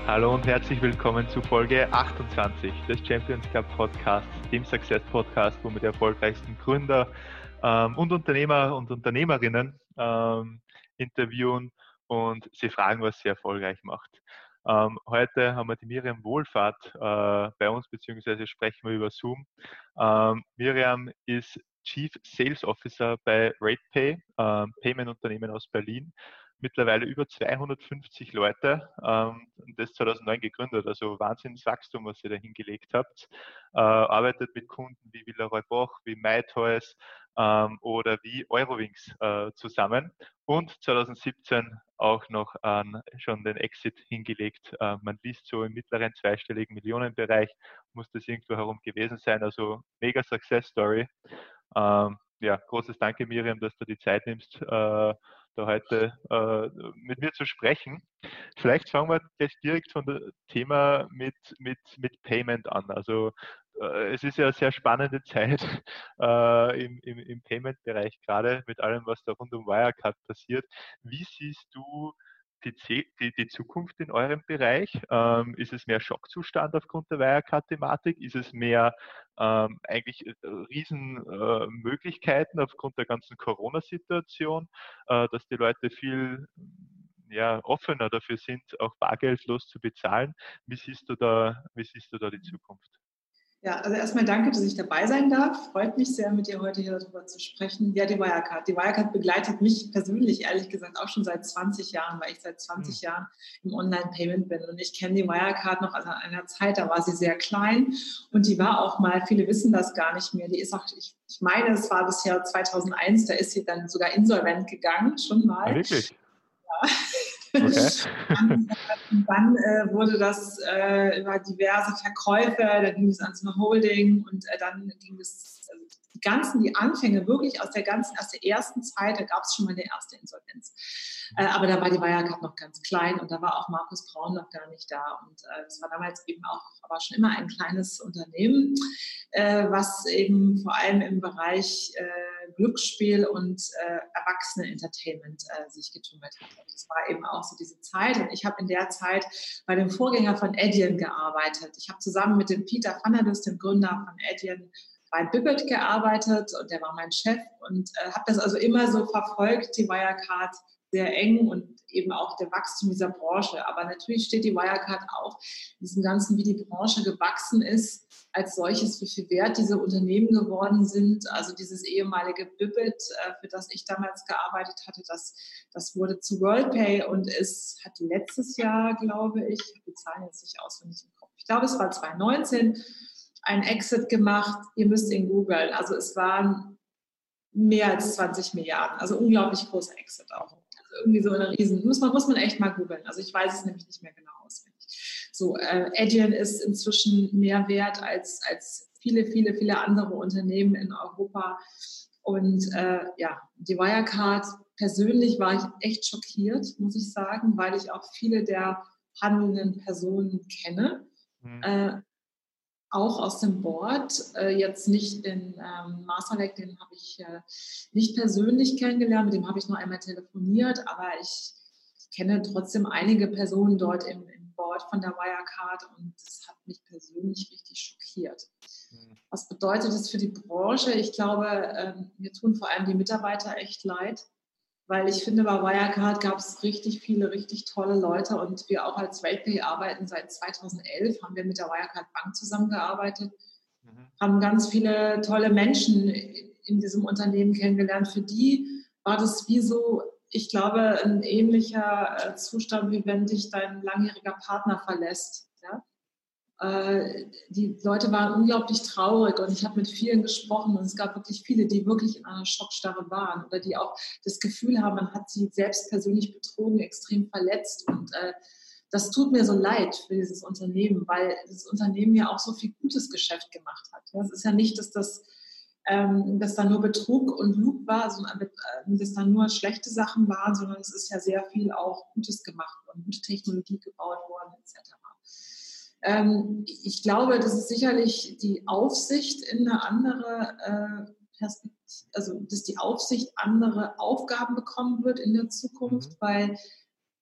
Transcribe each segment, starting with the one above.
Hallo und herzlich willkommen zu Folge 28 des Champions Club Podcasts, dem Success Podcast, wo wir die erfolgreichsten Gründer und Unternehmer und Unternehmerinnen interviewen und sie fragen, was sie erfolgreich macht. Heute haben wir die Miriam Wohlfahrt bei uns, beziehungsweise sprechen wir über Zoom. Miriam ist Chief Sales Officer bei RatePay, Payment-Unternehmen aus Berlin. Mittlerweile über 250 Leute, das 2009 gegründet, also Wahnsinnswachstum, was ihr da hingelegt habt. Arbeitet mit Kunden wie Villeroy Boch, wie MyToys oder wie Eurowings zusammen und 2017 auch noch schon den Exit hingelegt. Man liest so im mittleren zweistelligen Millionenbereich, muss das irgendwo herum gewesen sein, also mega Success Story. Ja, großes Danke, Miriam, dass du die Zeit nimmst, da heute mit mir zu sprechen. Vielleicht fangen wir gleich direkt von dem Thema mit Payment an. Also es ist ja eine sehr spannende Zeit im Payment-Bereich gerade mit allem, was da rund um Wirecard passiert. Wie siehst du die Zukunft in eurem Bereich? Ist es mehr Schockzustand aufgrund der Wirecard-Thematik? Ist es mehr eigentlich Riesenmöglichkeiten aufgrund der ganzen Corona-Situation, dass die Leute viel offener dafür sind, auch bargeldlos zu bezahlen? Wie siehst du da die Zukunft? Ja, also erstmal danke, dass ich dabei sein darf. Freut mich sehr, mit dir heute hier darüber zu sprechen. Ja, die Wirecard. Die Wirecard begleitet mich persönlich, ehrlich gesagt, auch schon seit 20 Jahren, weil ich seit 20 Jahren im Online-Payment bin. Und ich kenne die Wirecard noch aus einer Zeit, da war sie sehr klein. Und die war auch mal, viele wissen das gar nicht mehr, die ist auch, ich meine, es war das Jahr 2001, da ist sie dann sogar insolvent gegangen, schon mal. Ah, wirklich? Ja. Okay. Und dann wurde das über diverse Verkäufe, da ging es ans Holding und dann ging es, also die Anfänge wirklich aus der ersten Zeit, da gab es schon mal eine erste Insolvenz. Aber da war die Wirecard noch ganz klein und da war auch Markus Braun noch gar nicht da. Und es war damals eben auch, aber schon immer ein kleines Unternehmen, was eben vor allem im Bereich Glücksspiel und Erwachsene-Entertainment sich getummelt hat. Also das war eben auch so diese Zeit. Und ich habe in der Zeit bei dem Vorgänger von Adyen gearbeitet. Ich habe zusammen mit dem Peter Vanderlus, dem Gründer von Adyen, bei Bibbert gearbeitet und der war mein Chef und habe das also immer so verfolgt, die Wirecard sehr eng und eben auch der Wachstum dieser Branche. Aber natürlich steht die Wirecard auch in diesem Ganzen, wie die Branche gewachsen ist, als solches, wie viel wert diese Unternehmen geworden sind. Also dieses ehemalige Bibbert, für das ich damals gearbeitet hatte, das wurde zu WorldPay und es hat letztes Jahr, glaube ich habe die Zahlen jetzt nicht auswendig im Kopf, ich glaube, es war 2019, ein Exit gemacht. Ihr müsst ihn googeln. Also es waren mehr als 20 Milliarden. Also unglaublich großer Exit auch. Also irgendwie so eine riesen, muss man echt mal googeln. Also ich weiß es nämlich nicht mehr genau auswendig. So, Adyen ist inzwischen mehr wert als viele andere Unternehmen in Europa. Und die Wirecard, persönlich war ich echt schockiert, muss ich sagen, weil ich auch viele der handelnden Personen kenne. Auch aus dem Board, jetzt nicht den Masterlek, den habe ich nicht persönlich kennengelernt, mit dem habe ich nur einmal telefoniert, aber ich kenne trotzdem einige Personen dort im Board von der Wirecard und das hat mich persönlich richtig schockiert. Was bedeutet das für die Branche? Ich glaube, mir tun vor allem die Mitarbeiter echt leid, weil ich finde, bei Wirecard gab es richtig viele, richtig tolle Leute und wir auch als RatePay arbeiten seit 2011, haben wir mit der Wirecard Bank zusammengearbeitet, haben ganz viele tolle Menschen in diesem Unternehmen kennengelernt. Für die war das wie so, ich glaube, ein ähnlicher Zustand, wie wenn dich dein langjähriger Partner verlässt. Ja? Die Leute waren unglaublich traurig und ich habe mit vielen gesprochen und es gab wirklich viele, die wirklich in einer Schockstarre waren oder die auch das Gefühl haben, man hat sie selbst persönlich betrogen, extrem verletzt und das tut mir so leid für dieses Unternehmen, weil das Unternehmen ja auch so viel gutes Geschäft gemacht hat. Es ist ja nicht, dass da nur Betrug und Lug war, sondern dass da nur schlechte Sachen waren, sondern es ist ja sehr viel auch Gutes gemacht worden, gute Technologie gebaut worden etc. Ich glaube, das ist sicherlich die Aufsicht in eine andere Perspektive, also dass die Aufsicht andere Aufgaben bekommen wird in der Zukunft, weil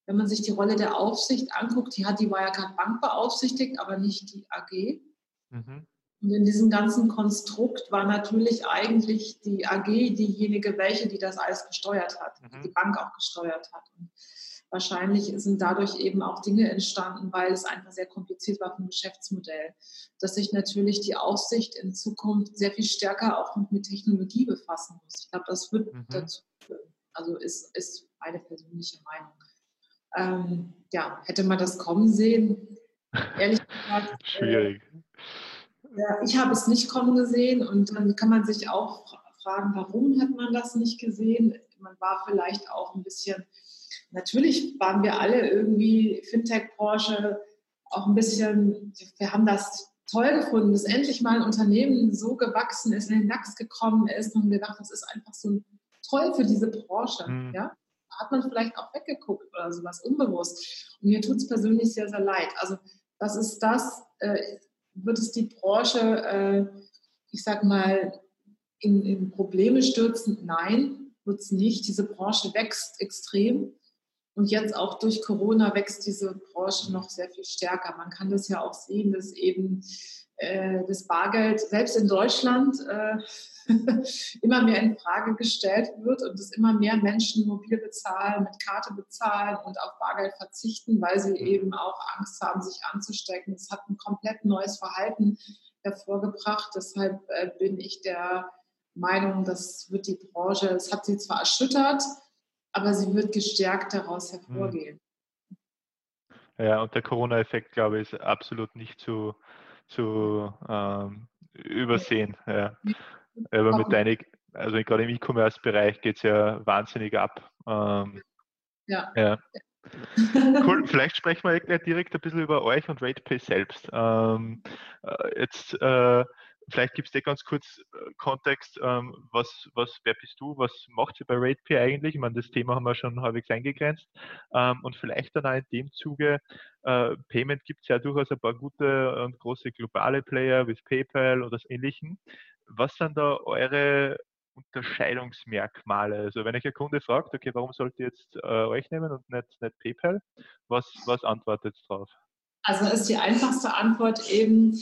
wenn man sich die Rolle der Aufsicht anguckt, die Wirecard Bank beaufsichtigt, aber nicht die AG. Mhm. Und in diesem ganzen Konstrukt war natürlich eigentlich die AG diejenige, die das alles gesteuert hat, die Bank auch gesteuert hat. Und wahrscheinlich sind dadurch eben auch Dinge entstanden, weil es einfach sehr kompliziert war vom Geschäftsmodell, dass sich natürlich die Aufsicht in Zukunft sehr viel stärker auch mit Technologie befassen muss. Ich glaube, das wird dazu führen. Also ist meine persönliche Meinung. Hätte man das kommen sehen? Ehrlich gesagt, schwierig. ich habe es nicht kommen gesehen und dann kann man sich auch fragen, warum hat man das nicht gesehen? Man war vielleicht auch ein bisschen, natürlich waren wir alle irgendwie Fintech-Branche auch ein bisschen, wir haben das toll gefunden, dass endlich mal ein Unternehmen so gewachsen ist, in den DAX gekommen ist und gedacht, das ist einfach so toll für diese Branche. Ja? Da hat man vielleicht auch weggeguckt oder sowas unbewusst. Und mir tut es persönlich sehr, sehr leid. Also das ist das, wird es die Branche, ich sag mal, in Probleme stürzen? Nein, wird es nicht. Diese Branche wächst extrem. Und jetzt auch durch Corona wächst diese Branche noch sehr viel stärker. Man kann das ja auch sehen, dass eben das Bargeld selbst in Deutschland immer mehr in Frage gestellt wird und dass immer mehr Menschen mobil bezahlen, mit Karte bezahlen und auf Bargeld verzichten, weil sie eben auch Angst haben, sich anzustecken. Das hat ein komplett neues Verhalten hervorgebracht. Deshalb bin ich der Meinung, das wird die Branche, es hat sie zwar erschüttert, aber sie wird gestärkt daraus hervorgehen. Ja, und der Corona-Effekt, glaube ich, ist absolut nicht zu übersehen. Ja. Aber also gerade im E-Commerce-Bereich geht es ja wahnsinnig ab. Ja. Cool, vielleicht sprechen wir gleich direkt ein bisschen über euch und RatePay selbst. Vielleicht gibst du ganz kurz Kontext, wer bist du, was macht ihr bei RatePay eigentlich? Ich meine, das Thema haben wir schon halbwegs eingegrenzt. Und vielleicht dann auch in dem Zuge, Payment gibt es ja durchaus ein paar gute und große globale Player wie PayPal oder das Ähnlichen. Was sind da eure Unterscheidungsmerkmale? Also wenn euch ein Kunde fragt, okay, warum sollt ihr jetzt euch nehmen und nicht PayPal, was antwortet drauf? Also ist die einfachste Antwort eben,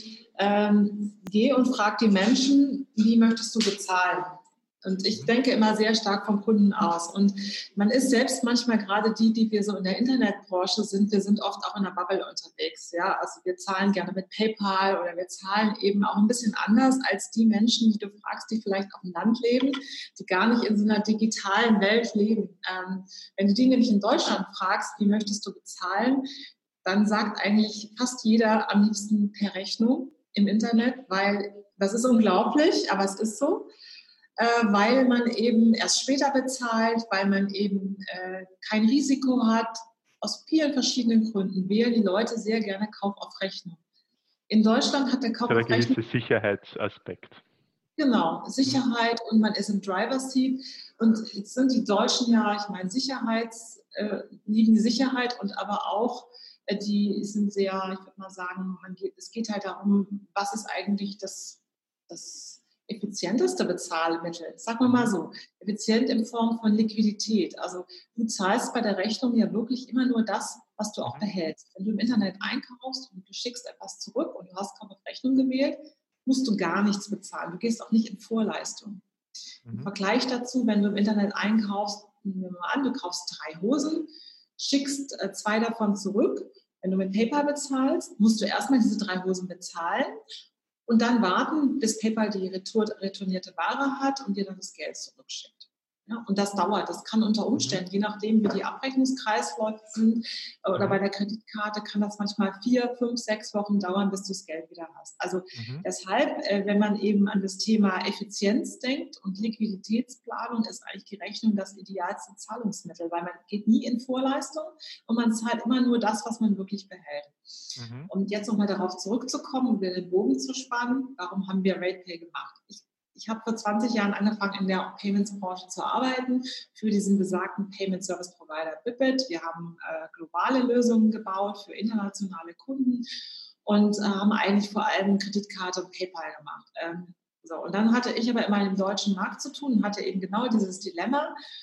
geh und frag die Menschen, wie möchtest du bezahlen? Und ich denke immer sehr stark vom Kunden aus. Und man ist selbst manchmal gerade die wir so in der Internetbranche sind, wir sind oft auch in der Bubble unterwegs. Ja? Also wir zahlen gerne mit PayPal oder wir zahlen eben auch ein bisschen anders als die Menschen, die du fragst, die vielleicht auf dem Land leben, die gar nicht in so einer digitalen Welt leben. Wenn du die nämlich in Deutschland fragst, wie möchtest du bezahlen, dann sagt eigentlich fast jeder am liebsten per Rechnung im Internet, weil das ist unglaublich, aber es ist so. Weil man eben erst später bezahlt, weil man eben kein Risiko hat. Aus vielen verschiedenen Gründen wählen die Leute sehr gerne Kauf auf Rechnung. In Deutschland hat der Kauf auf Rechnung... Ein gewisser Sicherheitsaspekt. Genau, Sicherheit und man ist im Driver's Seat. Und jetzt sind die Deutschen ja, ich meine, lieben die Sicherheit und aber auch, die sind sehr, ich würde mal sagen, es geht halt darum, was ist eigentlich das effizienteste Bezahlmittel, sagen wir mal so, effizient in Form von Liquidität. Also du zahlst bei der Rechnung ja wirklich immer nur das, was du auch behältst. Wenn du im Internet einkaufst und du schickst etwas zurück und du hast Kauf auf Rechnung gewählt, musst du gar nichts bezahlen. Du gehst auch nicht in Vorleistung. Im Vergleich dazu, wenn du im Internet einkaufst, nehmen wir mal an, du kaufst 3 Hosen, schickst 2 davon zurück. Wenn du mit PayPal bezahlst, musst du erstmal diese 3 Hosen bezahlen und dann warten, bis PayPal die retournierte Ware hat und dir dann das Geld zurückschickt. Ja, und das dauert. Das kann unter Umständen, je nachdem, wie die Abrechnungskreisläufe sind oder bei der Kreditkarte, kann das manchmal 4, 5, 6 Wochen dauern, bis du das Geld wieder hast. Also deshalb, wenn man eben an das Thema Effizienz denkt und Liquiditätsplanung, ist eigentlich die Rechnung das idealste Zahlungsmittel, weil man geht nie in Vorleistung und man zahlt immer nur das, was man wirklich behält. Und jetzt nochmal darauf zurückzukommen und den Bogen zu spannen, warum haben wir RatePay gemacht? Ich habe vor 20 Jahren angefangen, in der Payments-Branche zu arbeiten, für diesen besagten Payment Service Provider Bipit. Wir haben globale Lösungen gebaut für internationale Kunden und haben eigentlich vor allem Kreditkarte und PayPal gemacht. Und dann hatte ich aber immer im deutschen Markt zu tun und hatte eben genau dieses Dilemma.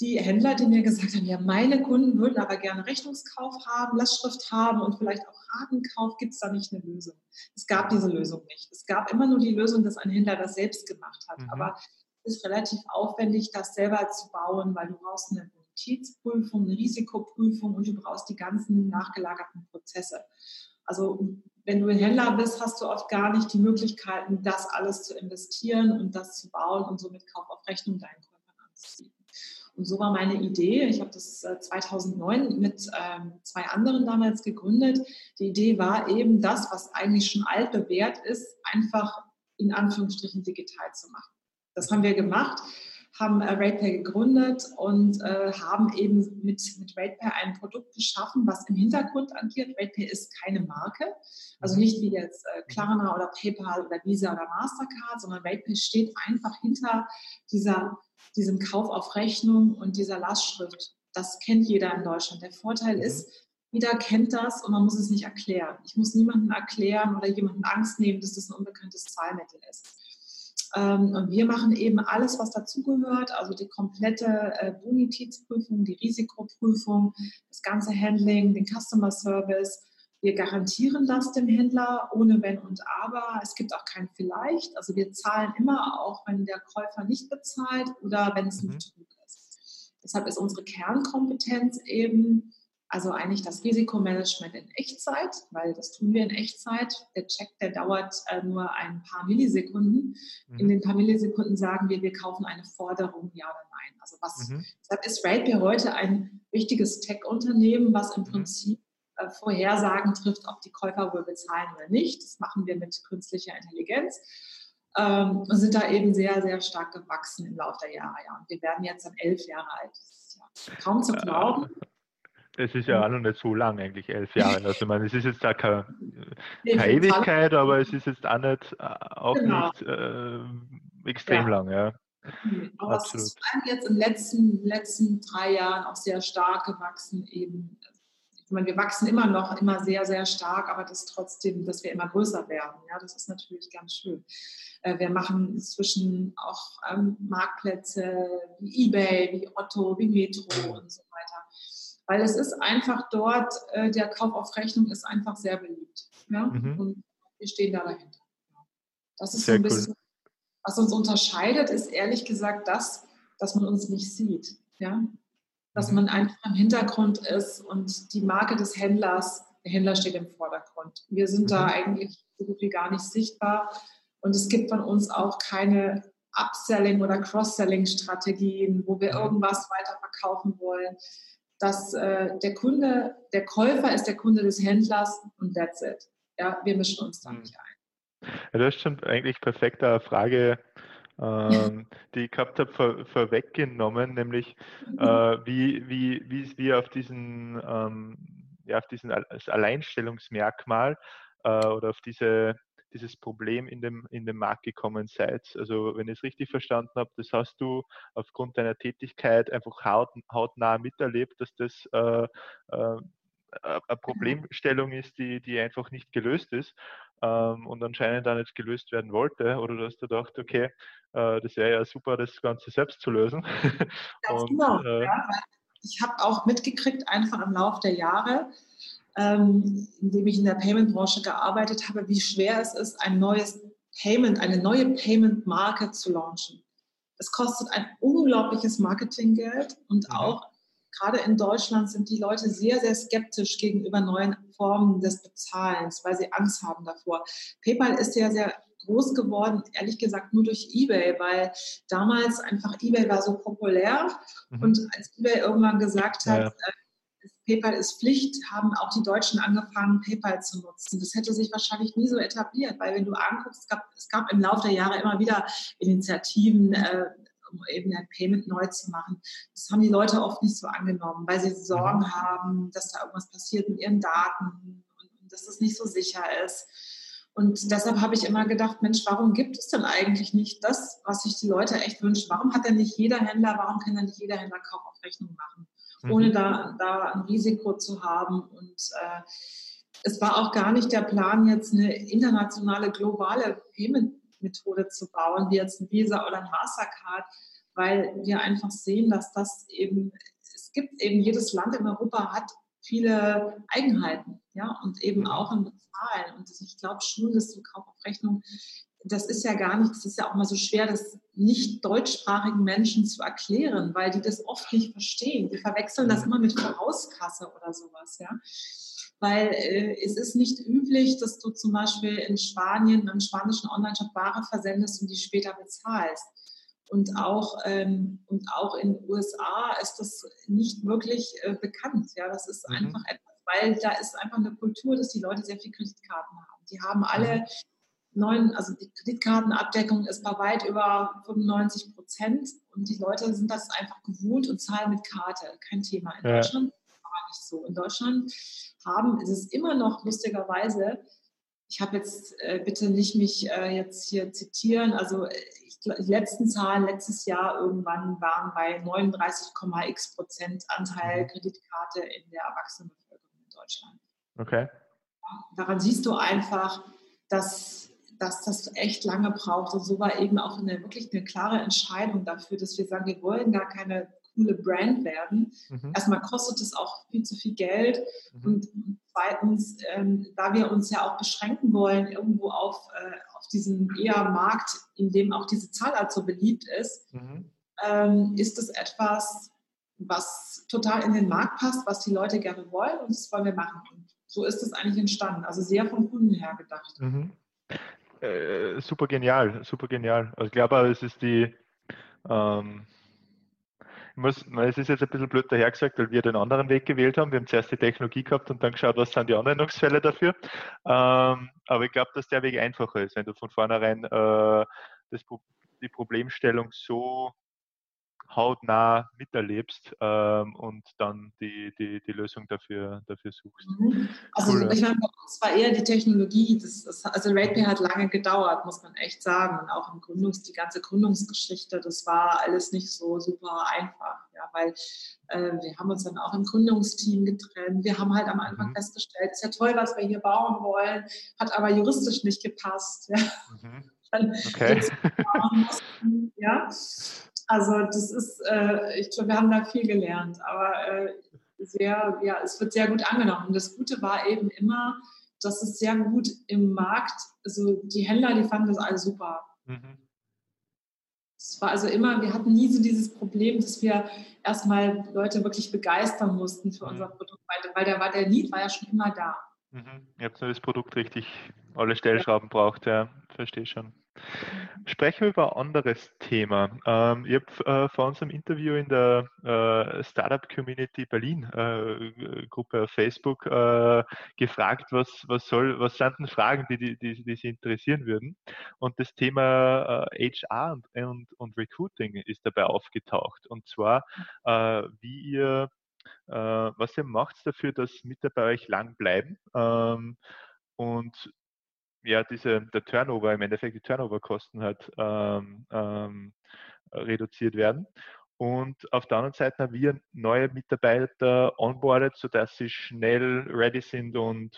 die Händler, die mir gesagt haben, ja, meine Kunden würden aber gerne Rechnungskauf haben, Lastschrift haben und vielleicht auch Ratenkauf, gibt es da nicht eine Lösung? Es gab diese Lösung nicht. Es gab immer nur die Lösung, dass ein Händler das selbst gemacht hat. Aber es ist relativ aufwendig, das selber zu bauen, weil du brauchst eine Bonitätsprüfung, eine Risikoprüfung und du brauchst die ganzen nachgelagerten Prozesse. Also wenn du ein Händler bist, hast du oft gar nicht die Möglichkeiten, das alles zu investieren und das zu bauen und somit Kauf auf Rechnung deinen Käufern anzubieten. Und so war meine Idee. Ich habe das 2009 mit 2 anderen damals gegründet. Die Idee war eben, das, was eigentlich schon altbewährt ist, einfach in Anführungsstrichen digital zu machen. Das haben wir gemacht, haben RatePay gegründet und haben eben mit RatePay ein Produkt geschaffen, was im Hintergrund agiert. RatePay ist keine Marke, also nicht wie jetzt Klarna oder PayPal oder Visa oder Mastercard, sondern RatePay steht einfach hinter diesem Kauf auf Rechnung und dieser Lastschrift. Das kennt jeder in Deutschland. Der Vorteil ist, jeder kennt das und man muss es nicht erklären. Ich muss niemandem erklären oder jemandem Angst nehmen, dass das ein unbekanntes Zahlmittel ist. Und wir machen eben alles, was dazugehört, also die komplette Bonitätsprüfung, die Risikoprüfung, das ganze Handling, den Customer Service. Wir garantieren das dem Händler ohne Wenn und Aber. Es gibt auch kein Vielleicht. Also wir zahlen immer auch, wenn der Käufer nicht bezahlt oder wenn es ein Betrug ist. Deshalb ist unsere Kernkompetenz eben, also eigentlich das Risikomanagement in Echtzeit, weil das tun wir in Echtzeit. Der Check, der dauert nur ein paar Millisekunden. In den paar Millisekunden sagen wir kaufen eine Forderung, ja oder nein. Also deshalb ist RatePay heute ein wichtiges Tech-Unternehmen, was im Prinzip Vorhersagen trifft, ob die Käufer wohl bezahlen oder nicht. Das machen wir mit künstlicher Intelligenz. Und sind da eben sehr, sehr stark gewachsen im Laufe der Jahre. Ja. Und wir werden jetzt dann 11 Jahre alt. Das ist ja kaum zu glauben. Es ist ja auch noch nicht so lang eigentlich, 11 Jahre. Also ich meine, es ist jetzt da keine Ewigkeit, aber es ist jetzt auch nicht extrem lang. Ja. Aber absolut. Es ist vor allem jetzt in den letzten 3 Jahren auch sehr stark gewachsen eben. Ich meine, wir wachsen immer sehr, sehr stark, aber das trotzdem, dass wir immer größer werden. Ja, das ist natürlich ganz schön. Wir machen inzwischen auch Marktplätze wie eBay, wie Otto, wie Metro und so weiter. Weil es ist einfach dort, der Kauf auf Rechnung ist einfach sehr beliebt. Ja? Und wir stehen da dahinter. Das ist sehr so ein bisschen, was uns unterscheidet, ist ehrlich gesagt das, dass man uns nicht sieht. Ja? Dass man einfach im Hintergrund ist und die Marke des Händlers, der Händler steht im Vordergrund. Wir sind da eigentlich so gut wie gar nicht sichtbar und es gibt von uns auch keine Upselling- oder Cross-Selling-Strategien, wo wir irgendwas weiter verkaufen wollen. Dass der Käufer ist der Kunde des Händlers und that's it. Ja, wir mischen uns da nicht ein. Ja, das ist schon eigentlich perfekt eine Frage, die ich gehabt habe, vorweggenommen, nämlich wie wir auf diesen als Alleinstellungsmerkmal oder auf dieses Problem in dem Markt gekommen seid. Also wenn ich es richtig verstanden habe, das hast du aufgrund deiner Tätigkeit einfach hautnah miterlebt, dass das eine Problemstellung ist, die einfach nicht gelöst ist und anscheinend auch nicht gelöst werden wollte. Oder du hast gedacht, okay, das wäre ja super, das Ganze selbst zu lösen. Ganz genau. Ja, ich habe auch mitgekriegt, einfach im Laufe der Jahre, indem ich in der Payment-Branche gearbeitet habe, wie schwer es ist, eine neue Payment-Marke zu launchen. Es kostet ein unglaubliches Marketinggeld und auch gerade in Deutschland sind die Leute sehr, sehr skeptisch gegenüber neuen Formen des Bezahlens, weil sie Angst haben davor. PayPal ist ja sehr groß geworden, ehrlich gesagt nur durch eBay, weil damals einfach eBay war so populär und als eBay irgendwann gesagt hat, PayPal ist Pflicht, haben auch die Deutschen angefangen, PayPal zu nutzen. Das hätte sich wahrscheinlich nie so etabliert, weil wenn du anguckst, es gab im Laufe der Jahre immer wieder Initiativen, um eben ein Payment neu zu machen. Das haben die Leute oft nicht so angenommen, weil sie Sorgen haben, dass da irgendwas passiert mit ihren Daten und dass das nicht so sicher ist. Und deshalb habe ich immer gedacht, Mensch, warum gibt es denn eigentlich nicht das, was sich die Leute echt wünschen? Warum hat denn nicht jeder Händler, warum kann denn nicht jeder Händler Kauf auf Rechnung machen, ohne da ein Risiko zu haben? Und es war auch gar nicht der Plan, jetzt eine internationale, globale Payment-Methode zu bauen, wie jetzt ein Visa oder ein Mastercard, weil wir einfach sehen, dass es gibt eben, jedes Land in Europa hat viele Eigenheiten, ja, und eben auch im Bezahlen. Und ich glaube schon, dass so Kauf auf Rechnung, das ist ja gar nicht, das ist ja auch mal so schwer, das nicht deutschsprachigen Menschen zu erklären, weil die das oft nicht verstehen. Die verwechseln das immer mit Vorauskasse oder sowas, ja. Weil es ist nicht üblich, dass du zum Beispiel in Spanien beim spanischen Online-Shop Ware versendest und die später bezahlst. Und auch in den USA ist das nicht wirklich bekannt. Ja, das ist einfach etwas, weil da ist einfach eine Kultur, dass die Leute sehr viel Kreditkarten haben. Die haben alle also die Kreditkartenabdeckung ist bei weit über 95% und die Leute sind das einfach gewohnt und zahlen mit Karte. Kein Thema. In Deutschland aber nicht so. In Deutschland ist es immer noch lustigerweise, ich habe jetzt, bitte nicht mich jetzt hier zitieren, also die letzten Zahlen letztes Jahr irgendwann waren bei 39,x% Anteil Kreditkarte in der Erwachsenenbevölkerung in Deutschland. Okay. Daran siehst du einfach, dass das echt lange braucht. Und so war eben auch wirklich eine klare Entscheidung dafür, dass wir sagen, wir wollen gar keine coole Brand werden. Erstmal kostet es auch viel zu viel Geld und zweitens, da wir uns ja auch beschränken wollen irgendwo auf diesen eher Markt, in dem auch diese Zahlart so beliebt ist, ist es etwas, was total in den Markt passt, was die Leute gerne wollen und das wollen wir machen. Und so ist es eigentlich entstanden, also sehr vom Kunden her gedacht. Super genial, super genial. Also ich glaube, es ist es ist jetzt ein bisschen blöd dahergesagt, weil wir den anderen Weg gewählt haben. Wir haben zuerst die Technologie gehabt und dann geschaut, was sind die Anwendungsfälle dafür. Aber ich glaube, dass der Weg einfacher ist, wenn du von vornherein die Problemstellung so hautnah miterlebst und dann die Lösung dafür suchst. Also cool, ich meine, bei uns war eher die Technologie, also RatePay hat lange gedauert, muss man echt sagen. Und auch die ganze Gründungsgeschichte, das war alles nicht so super einfach, ja, weil wir haben uns dann auch im Gründungsteam getrennt. Wir haben halt am Anfang festgestellt, ist ja toll, was wir hier bauen wollen, hat aber juristisch nicht gepasst. Ja. Okay. Ja. Also das ist, ich glaube, wir haben da viel gelernt, aber es wird sehr gut angenommen. Und das Gute war eben immer, dass es sehr gut im Markt, also die Händler, die fanden das alles super. Es war also immer, wir hatten nie so dieses Problem, dass wir erstmal Leute wirklich begeistern mussten für unser Produkt, weil der Need war ja schon immer da. Ihr habt nur das Produkt richtig, alle Stellschrauben braucht, ja, verstehe schon. Sprechen wir über ein anderes Thema. Ich habe vor unserem Interview in der Startup Community Berlin Gruppe auf Facebook gefragt, was sind denn Fragen, die Sie interessieren würden. Und das Thema HR und Recruiting ist dabei aufgetaucht. Und zwar, was ihr macht dafür, dass Mitarbeiter bei euch lang bleiben und ja, der Turnover, im Endeffekt die Turnoverkosten halt reduziert werden. Und auf der anderen Seite haben wir neue Mitarbeiter onboardet, sodass sie schnell ready sind und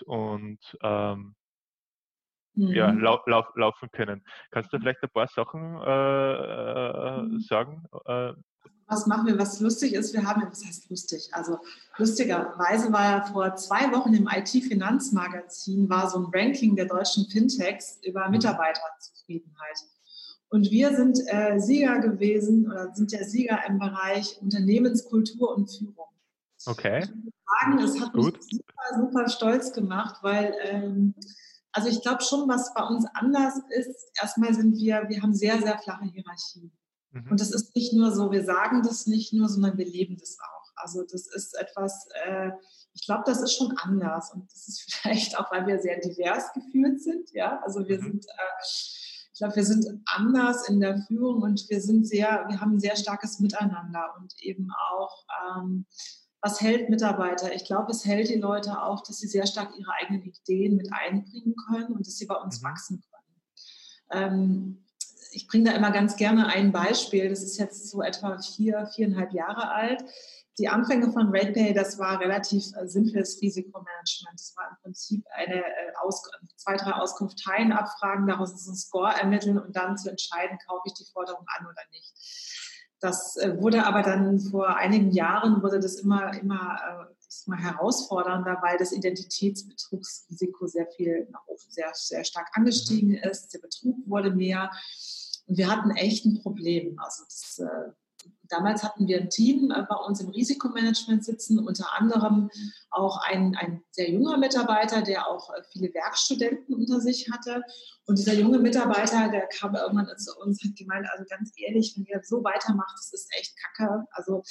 laufen können. Kannst du vielleicht ein paar Sachen sagen? Was machen wir, was lustig ist? Was heißt lustig? Also lustigerweise war ja vor 2 Wochen im IT-Finanzmagazin war so ein Ranking der deutschen Fintechs über Mitarbeiterzufriedenheit. Und wir sind Sieger gewesen oder sind der Sieger im Bereich Unternehmenskultur und Führung. Okay. Ich würde sagen, es hat mich super, super stolz gemacht, weil also ich glaube schon, was bei uns anders ist, erstmal wir haben sehr, sehr flache Hierarchien. Und das ist nicht nur so, wir sagen das nicht nur, sondern wir leben das auch. Also das ist etwas, ich glaube, das ist schon anders. Und das ist vielleicht auch, weil wir sehr divers geführt sind. Ja, also ich glaube, wir sind anders in der Führung und wir haben ein sehr starkes Miteinander und eben auch, was hält Mitarbeiter? Ich glaube, es hält die Leute auch, dass sie sehr stark ihre eigenen Ideen mit einbringen können und dass sie bei uns wachsen können. Ich bringe da immer ganz gerne ein Beispiel. Das ist jetzt so etwa 4,5 Jahre alt. Die Anfänge von RatePay, das war relativ simples Risikomanagement. Das war im Prinzip 2, 3 Auskunfteien abfragen, daraus einen Score ermitteln und dann zu entscheiden, kaufe ich die Forderung an oder nicht. Das wurde aber dann vor einigen Jahren wurde das immer herausfordernder, weil das Identitätsbetrugsrisiko sehr stark angestiegen ist. Der Betrug wurde mehr und wir hatten echt ein Problem. Also damals hatten wir ein Team bei uns im Risikomanagement sitzen, unter anderem auch ein sehr junger Mitarbeiter, der auch viele Werkstudenten unter sich hatte. Und dieser junge Mitarbeiter, der kam irgendwann zu uns und hat gemeint, also ganz ehrlich, wenn ihr so weitermacht, das ist echt Kacke. Also,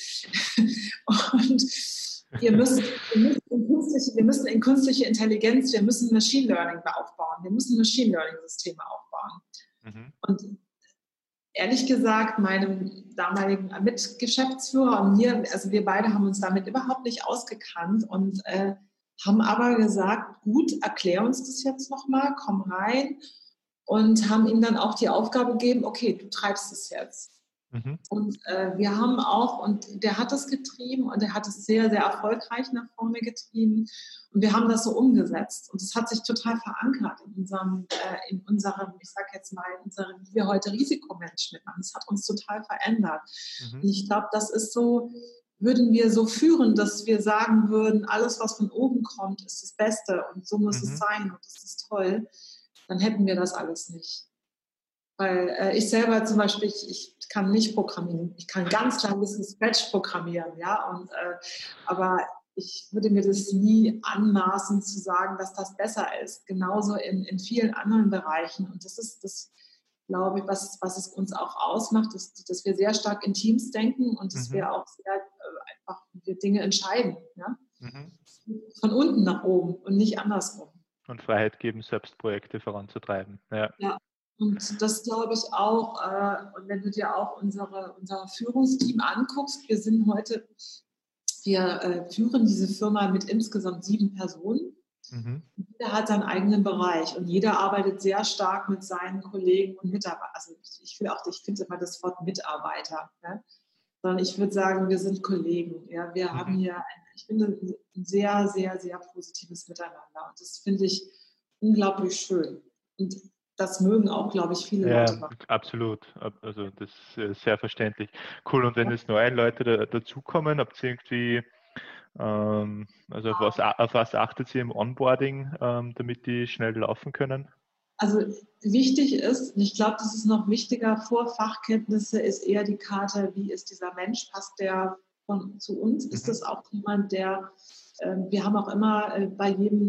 und wir müssen in künstliche Intelligenz, wir müssen Machine Learning aufbauen, wir müssen Machine Learning Systeme aufbauen. Mhm. Und ehrlich gesagt, meinem damaligen Mitgeschäftsführer und mir, also wir beide haben uns damit überhaupt nicht ausgekannt und haben aber gesagt, gut, erklär uns das jetzt nochmal, komm rein und haben ihm dann auch die Aufgabe gegeben, okay, du treibst es jetzt. Mhm. Und wir haben auch, und der hat das getrieben und er hat es sehr, sehr erfolgreich nach vorne getrieben und wir haben das so umgesetzt und es hat sich total verankert in unserem, ich sag jetzt mal, wie wir heute Risikomanagement machen. Das hat uns total verändert. Mhm. Und ich glaube, das ist so, würden wir so führen, dass wir sagen würden, alles, was von oben kommt, ist das Beste und so muss es sein und das ist toll, dann hätten wir das alles nicht. Weil ich selber zum Beispiel, ich kann nicht programmieren. Ich kann ganz klein ein bisschen Scratch programmieren, ja. Aber ich würde mir das nie anmaßen zu sagen, dass das besser ist. Genauso in vielen anderen Bereichen. Und das ist das, glaube ich, was es uns auch ausmacht, dass wir sehr stark in Teams denken und dass wir auch sehr einfach Dinge entscheiden. Ja? Mhm. Von unten nach oben und nicht andersrum. Und Freiheit geben, selbst Projekte voranzutreiben. Ja. Und das glaube ich auch, und wenn du dir auch unser Führungsteam anguckst, wir führen diese Firma mit insgesamt 7 Personen. Mhm. Jeder hat seinen eigenen Bereich und jeder arbeitet sehr stark mit seinen Kollegen und Mitarbeitern. Also ich finde immer das Wort Mitarbeiter, ne? Sondern ich würde sagen, wir sind Kollegen. Ja? Wir haben hier, ich finde, ein sehr, sehr, sehr positives Miteinander und das finde ich unglaublich schön. Und das mögen auch, glaube ich, viele Leute machen. Absolut. Also das ist sehr verständlich. Cool. Und wenn jetzt neue Leute dazukommen, habt ihr irgendwie, also auf was achtet ihr im Onboarding, damit die schnell laufen können? Also wichtig ist, und ich glaube, das ist noch wichtiger, vor Fachkenntnisse ist eher die Karte, wie ist dieser Mensch, passt der zu uns? Ist das auch jemand, der wir haben auch immer bei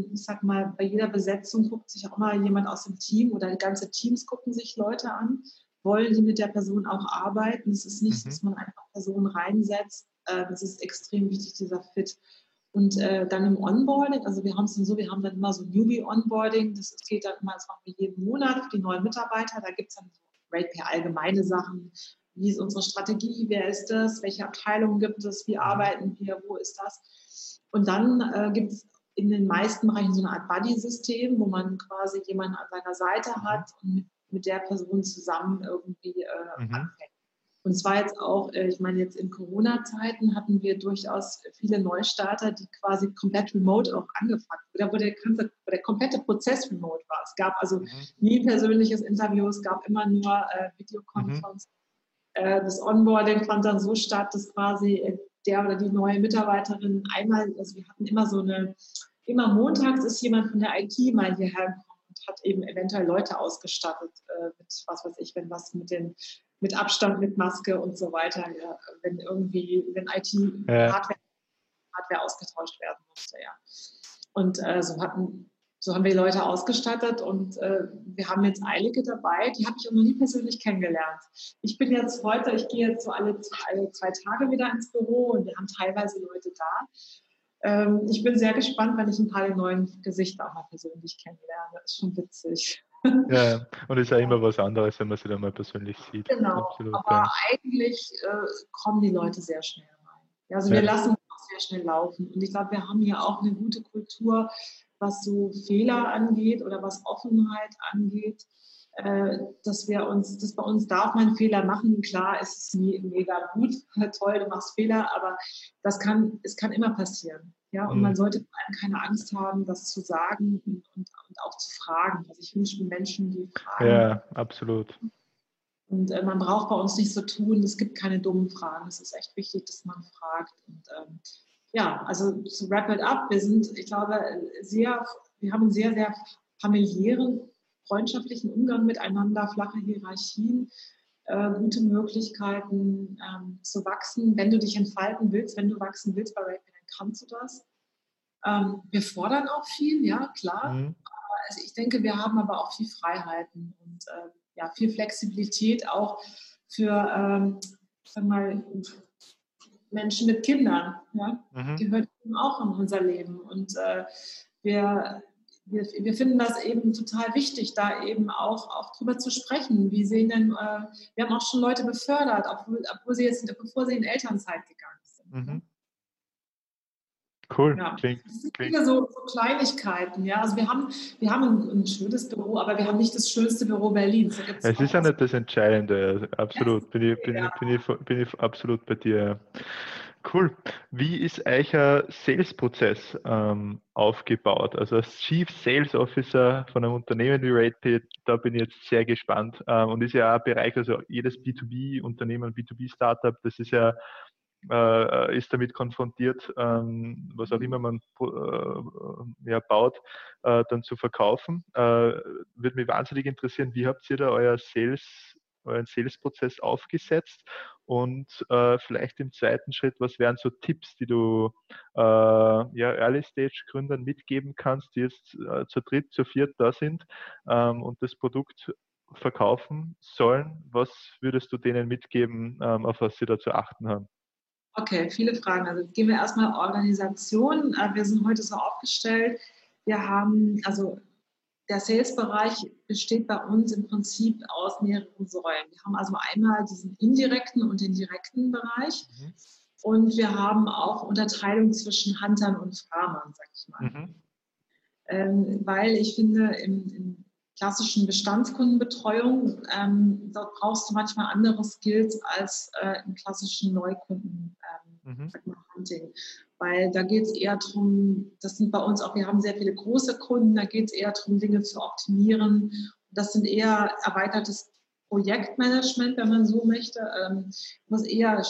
jeder Besetzung guckt sich auch immer jemand aus dem Team oder ganze Teams gucken sich Leute an. Wollen die mit der Person auch arbeiten? Es ist nicht, dass man einfach Personen reinsetzt. Das ist extrem wichtig, dieser Fit. Und dann im Onboarding, also wir haben es dann so, wir haben dann immer so Newbie-Onboarding. Das geht dann immer, das machen wir jeden Monat für die neuen Mitarbeiter. Da gibt es dann so Rate allgemeine Sachen. Wie ist unsere Strategie? Wer ist das? Welche Abteilungen gibt es? Wie arbeiten wir? Wo ist das? Und dann gibt es in den meisten Bereichen so eine Art Buddy-System, wo man quasi jemanden an seiner Seite hat und mit der Person zusammen irgendwie anfängt. Und es war jetzt auch, ich meine, jetzt in Corona-Zeiten hatten wir durchaus viele Neustarter, die quasi komplett remote auch angefangen haben, wo der komplette Prozess remote war. Es gab also nie persönliches Interview, es gab immer nur Videokonferenz. Das Onboarding fand dann so statt, dass quasi der oder die neue Mitarbeiterin einmal, also wir hatten immer montags ist jemand von der IT mal hierher gekommen und hat eben eventuell Leute ausgestattet mit, was weiß ich, wenn was mit Abstand, mit Maske und so weiter, ja, wenn IT-Hardware ausgetauscht werden musste, ja. Und so haben wir Leute ausgestattet und wir haben jetzt einige dabei, die habe ich auch noch nie persönlich kennengelernt. Ich gehe jetzt so alle 2 Tage wieder ins Büro und wir haben teilweise Leute da. Ich bin sehr gespannt, wenn ich ein paar der neuen Gesichter auch mal persönlich kennenlerne. Das ist schon witzig. Ja, und es ist ja immer was anderes, wenn man sie dann mal persönlich sieht. Genau, absolut, aber eigentlich kommen die Leute sehr schnell rein. Also wir lassen uns auch sehr schnell laufen. Und ich glaube, wir haben hier auch eine gute Kultur, was so Fehler angeht oder was Offenheit angeht, dass bei uns darf man Fehler machen. Klar, es ist nie mega gut, toll, du machst Fehler, aber es kann immer passieren. Ja, und man sollte vor allem keine Angst haben, das zu sagen und auch zu fragen. Also ich wünsche den Menschen, die fragen. Ja, absolut. Und man braucht bei uns nicht so tun, es gibt keine dummen Fragen. Es ist echt wichtig, dass man fragt. Und also zu wrap it up, ich glaube, wir haben einen sehr, sehr familiären, freundschaftlichen Umgang miteinander, flache Hierarchien, gute Möglichkeiten zu wachsen. Wenn du dich entfalten willst, wenn du wachsen willst bei Rapid, dann kannst du das. Wir fordern auch viel, ja, klar. Also ich denke, wir haben aber auch viel Freiheiten und viel Flexibilität auch für, Menschen mit Kindern. Ja? Gehört eben auch in unser Leben. Und wir finden das eben total wichtig, da eben auch drüber zu sprechen. Wie sehen denn, wir haben auch schon Leute befördert, bevor sie in Elternzeit gegangen sind. Mhm. Cool, Ja. klingt. So Kleinigkeiten, ja. Also wir haben ein schönes Büro, aber wir haben nicht das schönste Büro Berlins. Es ist ja nicht das Entscheidende, absolut. Bin ich absolut bei dir. Cool. Wie ist euer Sales-Prozess aufgebaut? Also als Chief Sales Officer von einem Unternehmen wie RatePay, da bin ich jetzt sehr gespannt. Und ist ja auch ein Bereich, also jedes B2B-Unternehmen, B2B-Startup, das ist ja ist damit konfrontiert, was auch immer man baut, dann zu verkaufen. Würde mich wahnsinnig interessieren, wie habt ihr da euren Sales-Prozess aufgesetzt? Und vielleicht im zweiten Schritt, was wären so Tipps, die du Early-Stage-Gründern mitgeben kannst, die jetzt zu dritt, zu viert da sind und das Produkt verkaufen sollen? Was würdest du denen mitgeben, auf was sie da zu achten haben? Okay, viele Fragen. Also gehen wir erstmal Organisation. Wir sind heute so aufgestellt. Der Sales-Bereich besteht bei uns im Prinzip aus mehreren Säulen. Wir haben also einmal diesen indirekten und den direkten Bereich. Und wir haben auch Unterteilung zwischen Huntern und Farmern, sag ich mal. Weil ich finde, in klassischen Bestandskundenbetreuung, dort brauchst du manchmal andere Skills als im klassischen Neukunden Hunting. Weil da geht es eher darum, das sind bei uns auch, wir haben sehr viele große Kunden, da geht es eher darum, Dinge zu optimieren. Das sind eher erweitertes Projektmanagement, wenn man so möchte, das ist eher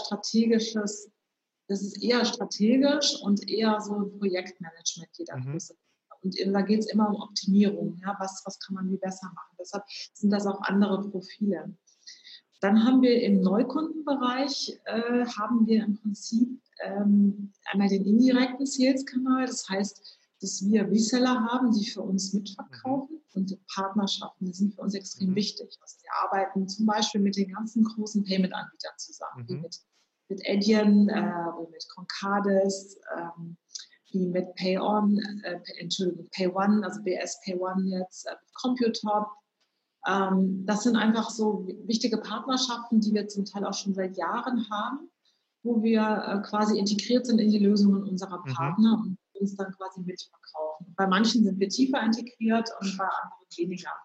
strategisch und eher so Projektmanagement jeder Größe. Und da geht es immer um Optimierung. Ja, was kann man wie besser machen? Deshalb sind das auch andere Profile. Dann haben wir im Neukundenbereich haben wir im Prinzip einmal den indirekten Sales-Kanal. Das heißt, dass wir Reseller haben, die für uns mitverkaufen. Und die Partnerschaften, die sind für uns extrem wichtig. Also wir arbeiten zum Beispiel mit den ganzen großen Payment-Anbietern zusammen, wie mit Adyen, mit Concardis, wie mit PayOne, also BS PayOne jetzt, Computop. Das sind einfach so wichtige Partnerschaften, die wir zum Teil auch schon seit Jahren haben, wo wir quasi integriert sind in die Lösungen unserer Partner und uns dann quasi mitverkaufen. Bei manchen sind wir tiefer integriert und bei anderen weniger.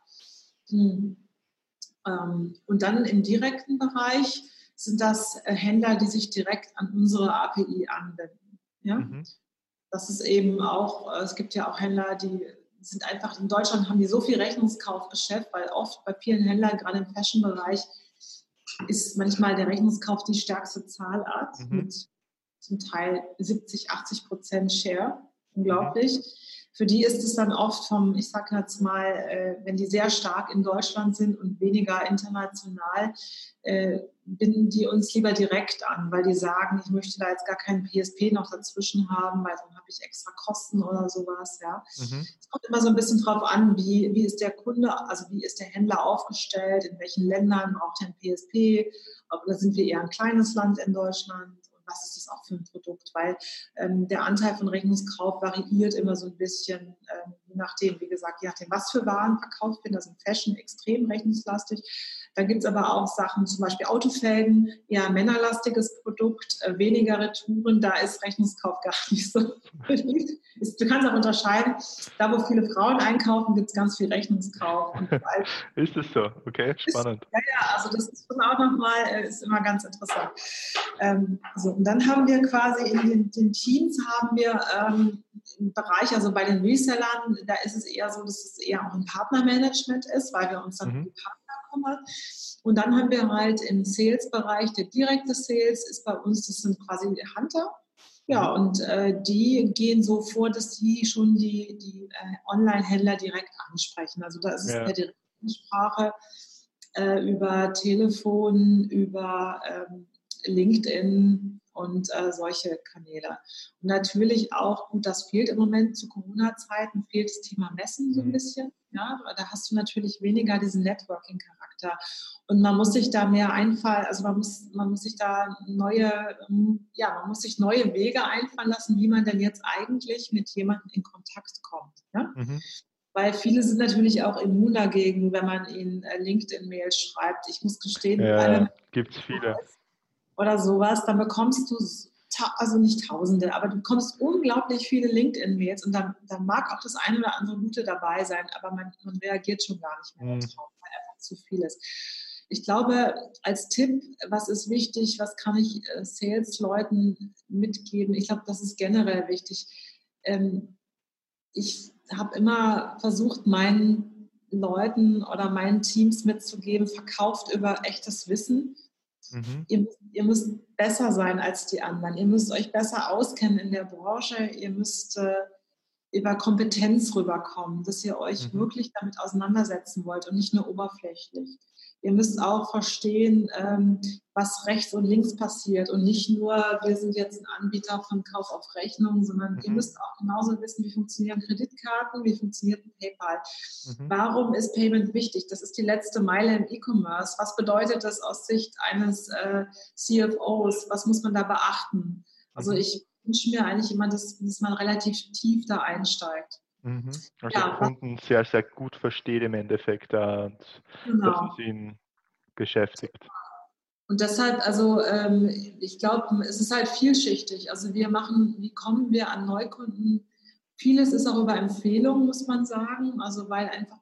Und dann im direkten Bereich sind das Händler, die sich direkt an unsere API anwenden. Ja? Das ist eben auch, es gibt ja auch Händler, die sind einfach, in Deutschland haben die so viel Rechnungskaufgeschäft, weil oft bei vielen Händlern, gerade im Fashion-Bereich, ist manchmal der Rechnungskauf die stärkste Zahlart mit zum Teil 70-80% Share. Unglaublich. Für die ist es dann oft ich sag jetzt mal, wenn die sehr stark in Deutschland sind und weniger international, binden die uns lieber direkt an, weil die sagen, ich möchte da jetzt gar keinen PSP noch dazwischen haben, weil dann habe ich extra Kosten oder sowas. Ja. Es kommt immer so ein bisschen drauf an, wie ist der Kunde, also wie ist der Händler aufgestellt, in welchen Ländern braucht er ein PSP, oder sind wir eher ein kleines Land in Deutschland? Was ist das auch für ein Produkt? Weil der Anteil von Rechnungskauf variiert immer so ein bisschen, je nachdem, wie gesagt, je nachdem, was für Waren verkauft werden. Das sind Fashion extrem rechnungslastig. Dann gibt es aber auch Sachen, zum Beispiel Autofelgen, eher männerlastiges Produkt, weniger Retouren, da ist Rechnungskauf gar nicht so. Du kannst auch unterscheiden, da wo viele Frauen einkaufen, gibt es ganz viel Rechnungskauf. Und ist das so? Okay, spannend. Also das ist schon auch nochmal, ist immer ganz interessant. Und dann haben wir quasi in den Teams haben wir einen Bereich, also bei den Resellern, da ist es eher so, dass es eher auch ein Partnermanagement ist, weil wir uns dann um die Partner kümmern. Und dann haben wir halt im Sales-Bereich, der direkte Sales ist bei uns, das sind quasi die Hunter. Ja, und die gehen so vor, dass die schon die Online-Händler direkt ansprechen. Also da ist es per Direktansprache über Telefon, über LinkedIn und solche Kanäle. Und natürlich auch, gut, das fehlt im Moment zu Corona-Zeiten, fehlt das Thema Messen so ein bisschen. Ja, da hast du natürlich weniger diesen Networking-Charakter. Und man muss sich da mehr einfallen, also man muss sich da man muss sich neue Wege einfallen lassen, wie man denn jetzt eigentlich mit jemandem in Kontakt kommt. Ja? Weil viele sind natürlich auch immun dagegen, wenn man ihnen LinkedIn-Mails schreibt. Ich muss gestehen, gibt es viele. Oder sowas, dann bekommst du, also nicht Tausende, aber du bekommst unglaublich viele LinkedIn-Mails und dann mag auch das eine oder andere Gute dabei sein, aber man reagiert schon gar nicht mehr drauf, weil einfach zu viel ist. Ich glaube, als Tipp, was ist wichtig, was kann ich Sales-Leuten mitgeben? Ich glaube, das ist generell wichtig. Ich habe immer versucht, meinen Leuten oder meinen Teams mitzugeben, verkauft über echtes Wissen. Ihr müsst besser sein als die anderen. Ihr müsst euch besser auskennen in der Branche. Ihr müsst über Kompetenz rüberkommen, dass ihr euch wirklich damit auseinandersetzen wollt und nicht nur oberflächlich. Ihr müsst auch verstehen, was rechts und links passiert und nicht nur, wir sind jetzt ein Anbieter von Kauf auf Rechnung, sondern ihr müsst auch genauso wissen, wie funktionieren Kreditkarten, wie funktioniert PayPal. Warum ist Payment wichtig? Das ist die letzte Meile im E-Commerce. Was bedeutet das aus Sicht eines CFOs? Was muss man da beachten? Also ich wünsche mir eigentlich immer, dass man relativ tief da einsteigt. Also Kunden sehr, sehr gut versteht im Endeffekt und dass es ihn beschäftigt. Und deshalb, also ich glaube, es ist halt vielschichtig. Also wie kommen wir an Neukunden? Vieles ist auch über Empfehlungen, muss man sagen. Also weil einfach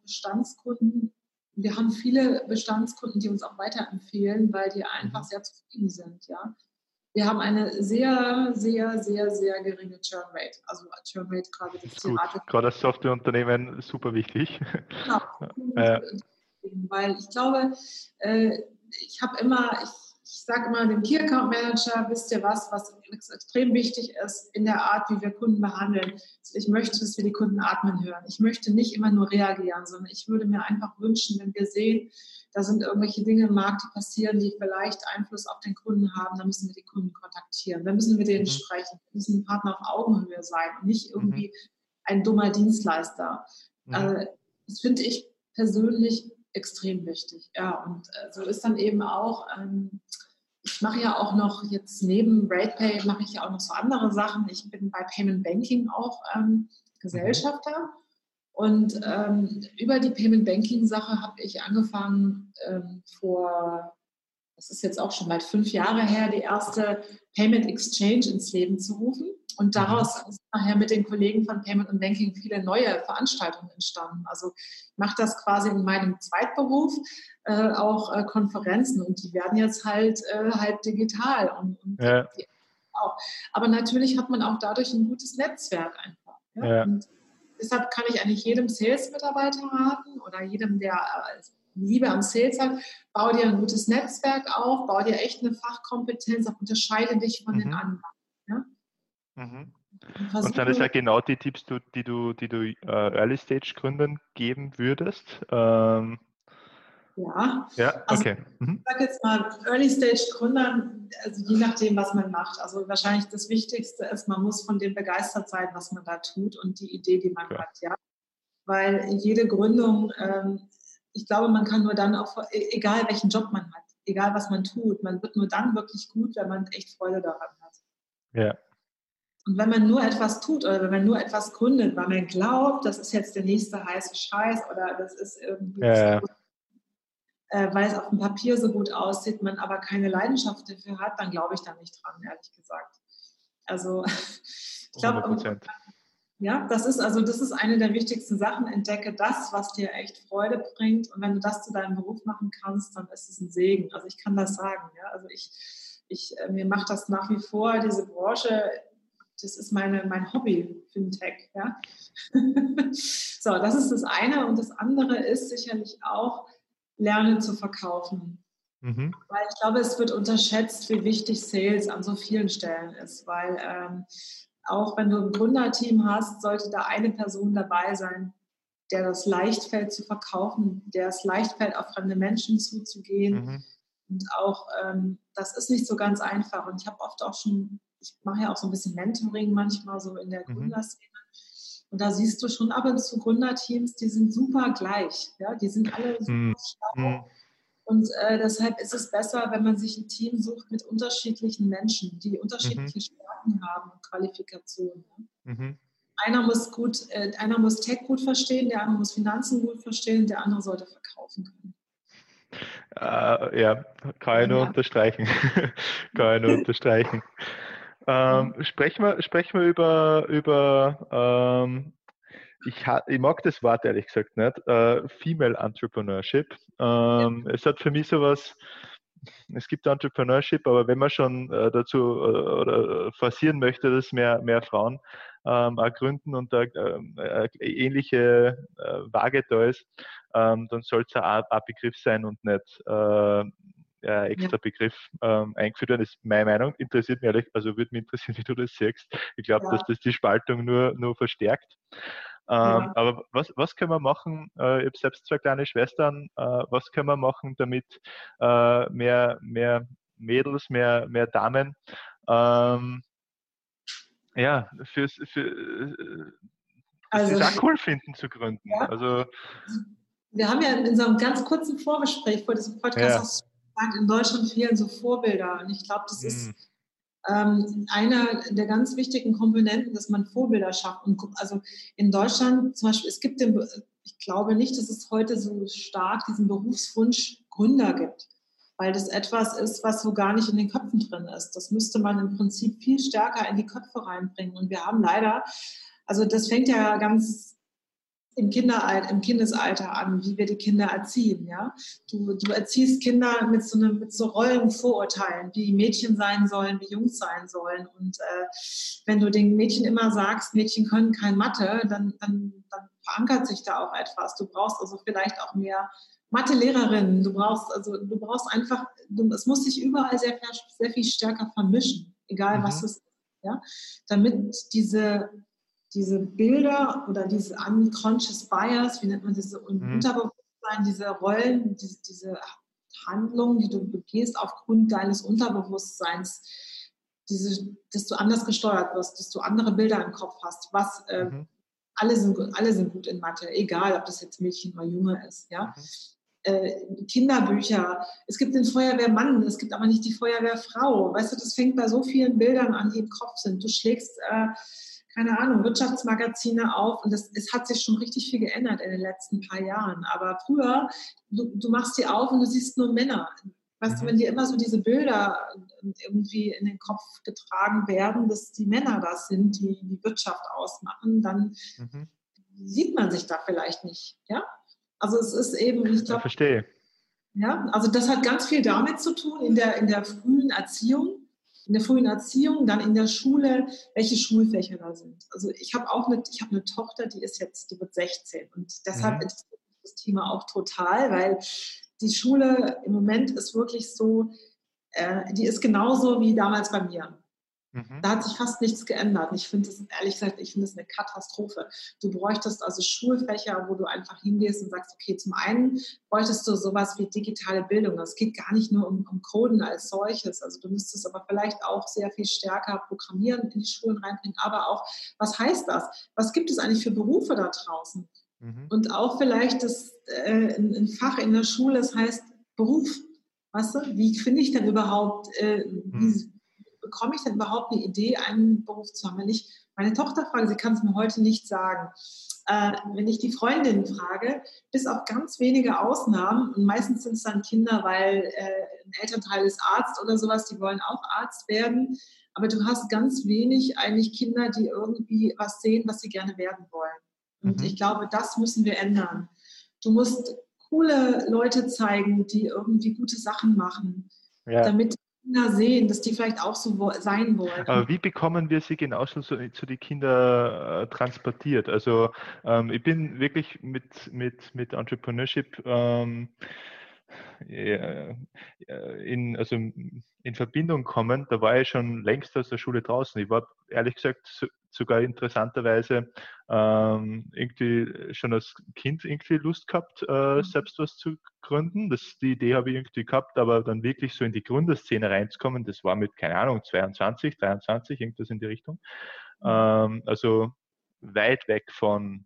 wir haben viele Bestandskunden, die uns auch weiterempfehlen, weil die einfach sehr zufrieden sind, ja. Wir haben eine sehr, sehr, sehr, sehr geringe Churn-Rate. Also Churn-Rate gerade das ist gut. Gerade als Softwareunternehmen super wichtig. Genau. Weil ich glaube, ich sage immer dem Key Account Manager, wisst ihr was extrem wichtig ist in der Art, wie wir Kunden behandeln. Ich möchte, dass wir die Kunden atmen hören. Ich möchte nicht immer nur reagieren, sondern ich würde mir einfach wünschen, wenn wir sehen, da sind irgendwelche Dinge im Markt, die passieren, die vielleicht Einfluss auf den Kunden haben, dann müssen wir die Kunden kontaktieren. Dann müssen wir mit denen sprechen. Wir müssen ein Partner auf Augenhöhe sein und nicht irgendwie ein dummer Dienstleister. Das finde ich persönlich extrem wichtig. Ja, und so ist dann eben auch, ich mache ja auch noch jetzt neben RatePay mache ich ja auch noch so andere Sachen. Ich bin bei Payment Banking auch Gesellschafter. Und über die Payment Banking Sache habe ich angefangen das ist jetzt auch schon bald 5 Jahre her, die erste Payment Exchange ins Leben zu rufen. Und daraus ist nachher mit den Kollegen von Payment und Banking viele neue Veranstaltungen entstanden. Also ich mache das quasi in meinem Zweitberuf, auch Konferenzen. Und die werden jetzt halt digital. Auch. Aber natürlich hat man auch dadurch ein gutes Netzwerk einfach. Ja? Und deshalb kann ich eigentlich jedem Sales-Mitarbeiter raten oder jedem, der Liebe am Sales hat, bau dir ein gutes Netzwerk auf, bau dir echt eine Fachkompetenz auf, unterscheide dich von den anderen. Ja? Und sind das ja genau die Tipps, die du Early-Stage-Gründern geben würdest? Ja, okay. Ich sage jetzt mal, Early-Stage-Gründern, also je nachdem, was man macht. Also wahrscheinlich das Wichtigste ist, man muss von dem begeistert sein, was man da tut und die Idee, die man hat. Ja? Weil jede Gründung, ich glaube, man kann nur dann auch, egal welchen Job man hat, egal was man tut, man wird nur dann wirklich gut, wenn man echt Freude daran hat. Ja. Und wenn man nur etwas tut oder wenn man nur etwas gründet, weil man glaubt, das ist jetzt der nächste heiße Scheiß oder das ist irgendwie weil es auf dem Papier so gut aussieht, man aber keine Leidenschaft dafür hat, dann glaube ich da nicht dran, ehrlich gesagt. Also ich glaube, ja, das ist eine der wichtigsten Sachen. Entdecke das, was dir echt Freude bringt. Und wenn du das zu deinem Beruf machen kannst, dann ist es ein Segen. Also ich kann das sagen. Ja? Also mir macht das nach wie vor, diese Branche, das ist mein Hobby, Fintech. Ja? So, das ist das eine. Und das andere ist sicherlich auch, lernen zu verkaufen. Weil ich glaube, es wird unterschätzt, wie wichtig Sales an so vielen Stellen ist. Weil auch wenn du ein Gründerteam hast, sollte da eine Person dabei sein, der das leicht fällt zu verkaufen, der es leicht fällt, auf fremde Menschen zuzugehen. Und auch, das ist nicht so ganz einfach. Und ich habe oft auch schon, ich mache ja auch so ein bisschen Mentoring manchmal so in der Gründerszene. Und da siehst du schon ab und zu Gründerteams, die sind super gleich. Ja? Die sind alle super schlau. Und deshalb ist es besser, wenn man sich ein Team sucht mit unterschiedlichen Menschen, die unterschiedliche Stärken haben und Qualifikationen. Ne? Einer muss Tech gut verstehen, der andere muss Finanzen gut verstehen, der andere sollte verkaufen können. Ja, kann ich nur unterstreichen. Kann ich nur unterstreichen. Sprechen wir über ich mag das Wort ehrlich gesagt nicht, Female Entrepreneurship. Es hat für mich sowas, es gibt Entrepreneurship, aber wenn man schon dazu oder forcieren möchte, dass mehr Frauen auch gründen und da ähnliche Waage da ist, dann soll es ein Begriff sein und nicht extra Begriff eingeführt werden. Das ist meine Meinung. Interessiert mich ehrlich, also würde mich interessieren, wie du das siehst. Ich glaube, dass das die Spaltung nur verstärkt. Aber was können wir machen? Ich habe selbst 2 kleine Schwestern. Was können wir machen, damit mehr Mädels, mehr Damen dass sie es auch cool finden zu gründen. Ja. Also, wir haben ja in unserem ganz kurzen Vorgespräch vor diesem Podcast auch gesagt, in Deutschland fehlen so Vorbilder. Und ich glaube, das ist einer der ganz wichtigen Komponenten, dass man Vorbilder schafft. Und also in Deutschland zum Beispiel, ich glaube nicht, dass es heute so stark diesen Berufswunsch Gründer gibt, weil das etwas ist, was so gar nicht in den Köpfen drin ist. Das müsste man im Prinzip viel stärker in die Köpfe reinbringen. Und wir haben leider, also das fängt ja ganz im Kindesalter an, wie wir die Kinder erziehen. Ja? Du erziehst Kinder mit so Rollenvorurteilen, wie Mädchen sein sollen, wie Jungs sein sollen. Und wenn du den Mädchen immer sagst, Mädchen können kein Mathe, dann verankert sich da auch etwas. Du brauchst also vielleicht auch mehr Mathe-Lehrerinnen. Du brauchst einfach, es muss sich überall sehr viel stärker vermischen, egal was es ist. Ja? Damit diese Bilder oder diese unconscious bias, wie nennt man das, Unterbewusstsein, diese Rollen, diese Handlungen, die du begehst aufgrund deines Unterbewusstseins, dass du anders gesteuert wirst, dass du andere Bilder im Kopf hast, alle sind gut in Mathe, egal ob das jetzt Mädchen oder Junge ist, ja. Kinderbücher, es gibt den Feuerwehrmann, es gibt aber nicht die Feuerwehrfrau, weißt du, das fängt bei so vielen Bildern an, die im Kopf sind. Du schlägst keine Ahnung, Wirtschaftsmagazine auf und es hat sich schon richtig viel geändert in den letzten paar Jahren. Aber früher, du machst die auf und du siehst nur Männer. Weißt du, wenn dir immer so diese Bilder irgendwie in den Kopf getragen werden, dass die Männer das sind, die die Wirtschaft ausmachen, dann sieht man sich da vielleicht nicht. Ja? Also es ist eben, ich glaube, verstehe. Ja, also das hat ganz viel damit zu tun in der frühen Erziehung. In der frühen Erziehung, dann in der Schule, welche Schulfächer da sind. Also ich habe eine Tochter, die wird 16 und deshalb interessiert mich das Thema auch total, weil die Schule im Moment ist wirklich so, die ist genauso wie damals bei mir. Da hat sich fast nichts geändert. Ich finde es, ehrlich gesagt, eine Katastrophe. Du bräuchtest also Schulfächer, wo du einfach hingehst und sagst, okay, zum einen bräuchtest du sowas wie digitale Bildung. Es geht gar nicht nur um Coden als solches. Also du müsstest aber vielleicht auch sehr viel stärker Programmieren in die Schulen reinbringen. Aber auch, was heißt das? Was gibt es eigentlich für Berufe da draußen? Und auch vielleicht ein Fach in der Schule, das heißt Beruf. Weißt du, wie finde ich denn überhaupt, wie bekomme ich denn überhaupt eine Idee, einen Beruf zu haben? Wenn ich meine Tochter frage, sie kann es mir heute nicht sagen. Wenn ich die Freundinnen frage, bis auf ganz wenige Ausnahmen, und meistens sind es dann Kinder, weil ein Elternteil ist Arzt oder sowas, die wollen auch Arzt werden, aber du hast ganz wenig eigentlich Kinder, die irgendwie was sehen, was sie gerne werden wollen. Und ich glaube, das müssen wir ändern. Du musst coole Leute zeigen, die irgendwie gute Sachen machen, damit Kinder sehen, dass die vielleicht auch so sein wollen. Aber wie bekommen wir sie genauso zu den Kindern transportiert? Also ich bin wirklich mit Entrepreneurship in Verbindung gekommen. Da war ich schon längst aus der Schule draußen. Ich war ehrlich gesagt sogar interessanterweise irgendwie schon als Kind irgendwie Lust gehabt, selbst was zu gründen. Die Idee habe ich irgendwie gehabt, aber dann wirklich so in die Gründerszene reinzukommen, das war mit, keine Ahnung, 22, 23, irgendwas in die Richtung. Also weit weg von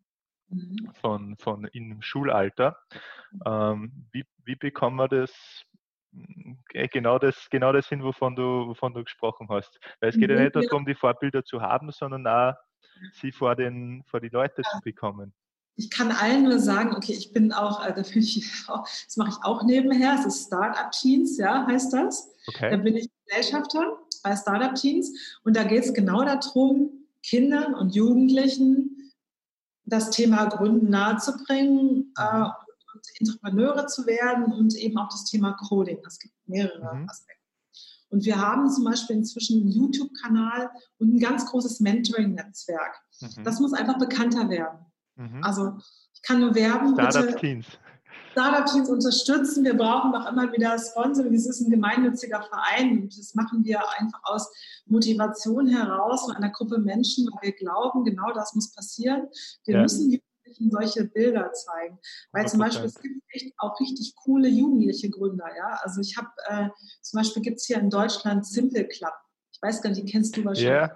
im Schulalter. Wie bekommen wir genau das hin, wovon du gesprochen hast? Weil es geht ja nicht darum, die Vorbilder zu haben, sondern auch sie vor die Leute zu bekommen. Ich kann allen nur sagen, okay, ich bin auch, das mache ich auch nebenher, es ist Startup Teens, ja, heißt das. Okay. Da bin ich Gesellschafter bei Startup Teens und da geht es genau darum, Kindern und Jugendlichen das Thema Gründen nahezubringen und Entrepreneure zu werden und eben auch das Thema Coding. Es gibt mehrere Aspekte. Und wir haben zum Beispiel inzwischen einen YouTube-Kanal und ein ganz großes Mentoring-Netzwerk. Das muss einfach bekannter werden. Also ich kann nur werben, Startup Teens. Startup Teens unterstützen. Wir brauchen auch immer wieder Sponsoring. Es ist ein gemeinnütziger Verein. Und das machen wir einfach aus Motivation heraus von einer Gruppe Menschen, weil wir glauben, genau das muss passieren. Wir müssen Jugendlichen solche Bilder zeigen. Weil 100%. Zum Beispiel, es gibt echt auch richtig coole jugendliche Gründer. Ja? Also ich habe, zum Beispiel gibt es hier in Deutschland Simple Club. Ich weiß gar nicht, die kennst du wahrscheinlich.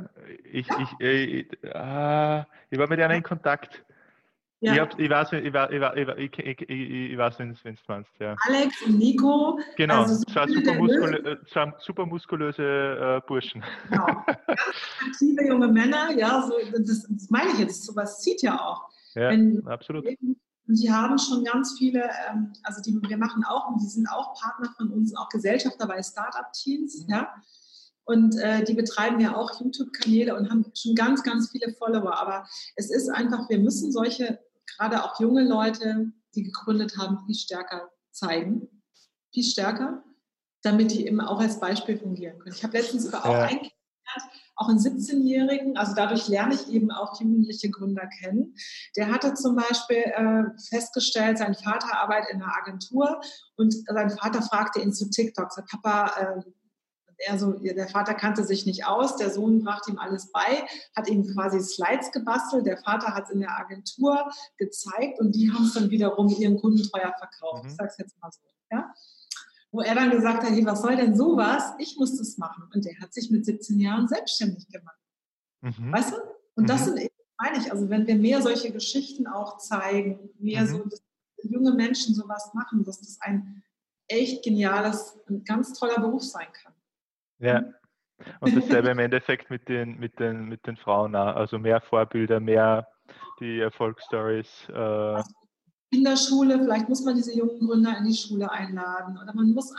Ja, ich war mit einer in Kontakt. Ja. Ich weiß, wen du meinst, ja. Alex und Nico. Genau, also zwei super muskulöse Burschen. Genau, ganz aktive junge Männer, ja, so, das meine ich jetzt, sowas zieht ja auch. Ja, absolut. Und die haben schon ganz viele, also wir machen auch, und die sind auch Partner von uns, auch Gesellschafter bei Startup Teens, ja. Und die betreiben ja auch YouTube-Kanäle und haben schon ganz, ganz viele Follower. Aber es ist einfach, wir müssen solche, gerade auch junge Leute, die gegründet haben, viel stärker zeigen. Viel stärker, damit die eben auch als Beispiel fungieren können. Ich habe letztens sogar auch einen kennengelernt, auch einen 17-Jährigen, also dadurch lerne ich eben auch jugendliche Gründer kennen. Der hatte zum Beispiel festgestellt, sein Vater arbeitet in einer Agentur und sein Vater fragte ihn zu TikTok, sagt, Papa, der Vater kannte sich nicht aus, der Sohn brachte ihm alles bei, hat ihm quasi Slides gebastelt, der Vater hat es in der Agentur gezeigt und die haben es dann wiederum ihren Kunden teuer verkauft. Ich sage es jetzt mal so. Ja? Wo er dann gesagt hat, hey, was soll denn sowas? Ich muss das machen. Und der hat sich mit 17 Jahren selbstständig gemacht. Weißt du? Und das sind eben, meine ich, also wenn wir mehr solche Geschichten auch zeigen, mehr so, dass junge Menschen sowas machen, dass das ein echt geniales, ein ganz toller Beruf sein kann. Ja, und dasselbe im Endeffekt mit den Frauen auch. Also mehr Vorbilder, mehr die Erfolgsstories. In der Schule, vielleicht muss man diese jungen Gründer in die Schule einladen oder man muss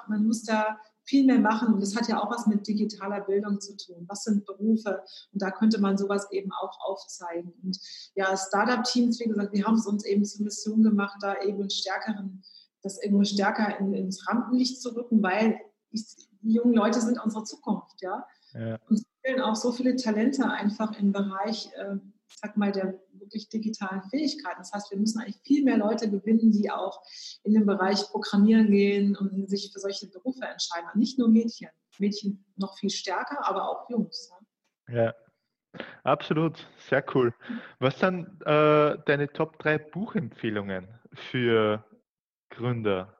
da viel mehr machen und das hat ja auch was mit digitaler Bildung zu tun. Was sind Berufe? Und da könnte man sowas eben auch aufzeigen. Und ja, Startup-Teams, wie gesagt, wir haben es uns eben zur Mission gemacht, da eben das irgendwie stärker ins Rampenlicht zu rücken, weil die jungen Leute sind unsere Zukunft, ja. Und es fehlen auch so viele Talente einfach im Bereich, sag mal, der wirklich digitalen Fähigkeiten. Das heißt, wir müssen eigentlich viel mehr Leute gewinnen, die auch in den Bereich Programmieren gehen und sich für solche Berufe entscheiden. Nicht nur Mädchen. Mädchen noch viel stärker, aber auch Jungs. Ja, absolut. Sehr cool. Was sind deine Top 3 Buchempfehlungen für Gründer?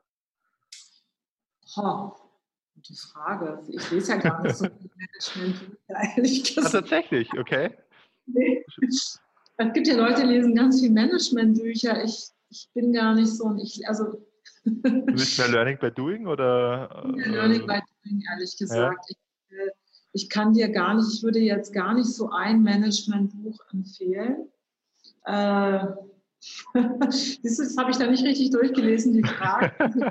Gute Frage. Ich lese ja gar nicht so viel Management, ehrlich gesagt. Tatsächlich, okay. Nee. Es gibt ja Leute, die lesen ganz viel Managementbücher. Ich bin gar nicht so. Du bist mehr Learning by Doing oder? Learning by Doing, ehrlich gesagt. Ja. Ich kann dir gar nicht, ich würde jetzt gar nicht so ein Managementbuch empfehlen. Das habe ich da nicht richtig durchgelesen, die Frage.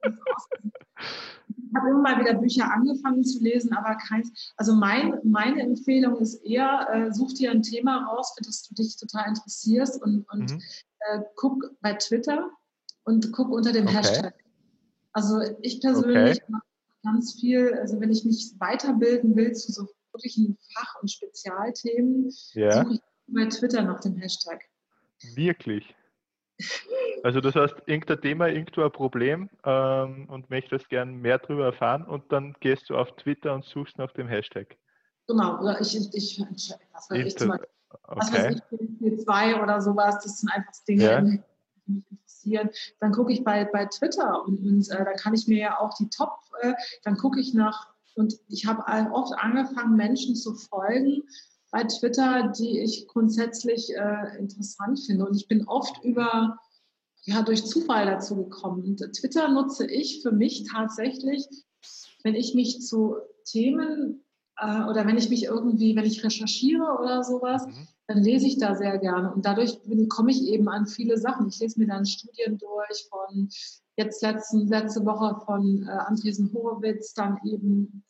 Ich habe immer mal wieder Bücher angefangen zu lesen, aber keins. Also meine Empfehlung ist eher, such dir ein Thema raus, für das du dich total interessierst und guck bei Twitter und guck unter dem Hashtag. Also ich persönlich ganz viel, also wenn ich mich weiterbilden will zu so wirklichen Fach- und Spezialthemen, Ja, suche ich bei Twitter nach dem Hashtag. wirklich. Also das heißt, irgendein Thema, irgendwo ein Problem und möchtest gern mehr darüber erfahren und dann gehst du auf Twitter und suchst nach dem Hashtag. Genau, oder was weiß ich, zum Beispiel, was weiß Okay, ich, P2 oder sowas, das sind einfach ja, Dinge, die mich interessieren. Dann gucke ich bei Twitter und da kann ich mir ja auch die dann gucke ich nach, und ich habe oft angefangen, Menschen zu folgen bei Twitter, die ich grundsätzlich interessant finde. Und ich bin oft durch Zufall dazu gekommen. Und Twitter nutze ich für mich tatsächlich, wenn ich mich zu Themen oder wenn ich recherchiere oder sowas, mhm. dann lese ich da sehr gerne. Und dadurch komme ich eben an viele Sachen. Ich lese mir dann Studien durch von letzte Woche von Andresen Horowitz, dann eben,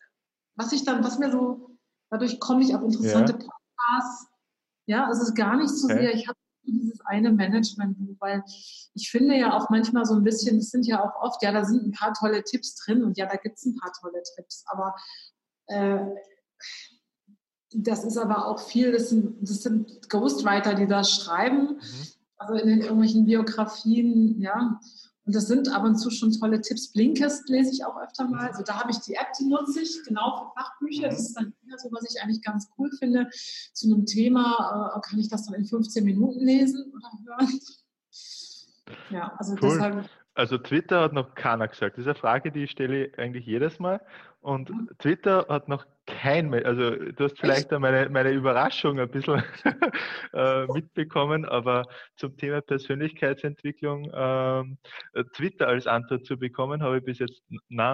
dadurch komme ich auf interessante Ja, Podcasts. Ja, es ist gar nicht so okay. sehr, ich habe dieses eine Managementbuch, weil ich finde ja auch manchmal so ein bisschen, es sind ja auch oft, ja, da sind ein paar tolle Tipps drin und ja, da gibt es ein paar tolle Tipps, aber äh, das ist aber auch viel, das sind Ghostwriter, die das schreiben, Mhm. also in den irgendwelchen Biografien, ja. Und das sind ab und zu schon tolle Tipps. Blinkist lese ich auch öfter mal. Mhm. Also da habe ich die App, die nutze ich, genau für Fachbücher. Das Mhm. ist dann eher so, was ich eigentlich ganz cool finde. Zu einem Thema kann ich das dann in 15 Minuten lesen oder hören. Ja, also Cool. deshalb. Also Twitter hat noch keiner gesagt. Das ist eine Frage, die stelle ich eigentlich jedes Mal. Und Twitter hat noch kein Mensch, also du hast Echt? vielleicht da meine Überraschung ein bisschen mitbekommen, aber zum Thema Persönlichkeitsentwicklung Twitter als Antwort zu bekommen, habe ich bis jetzt,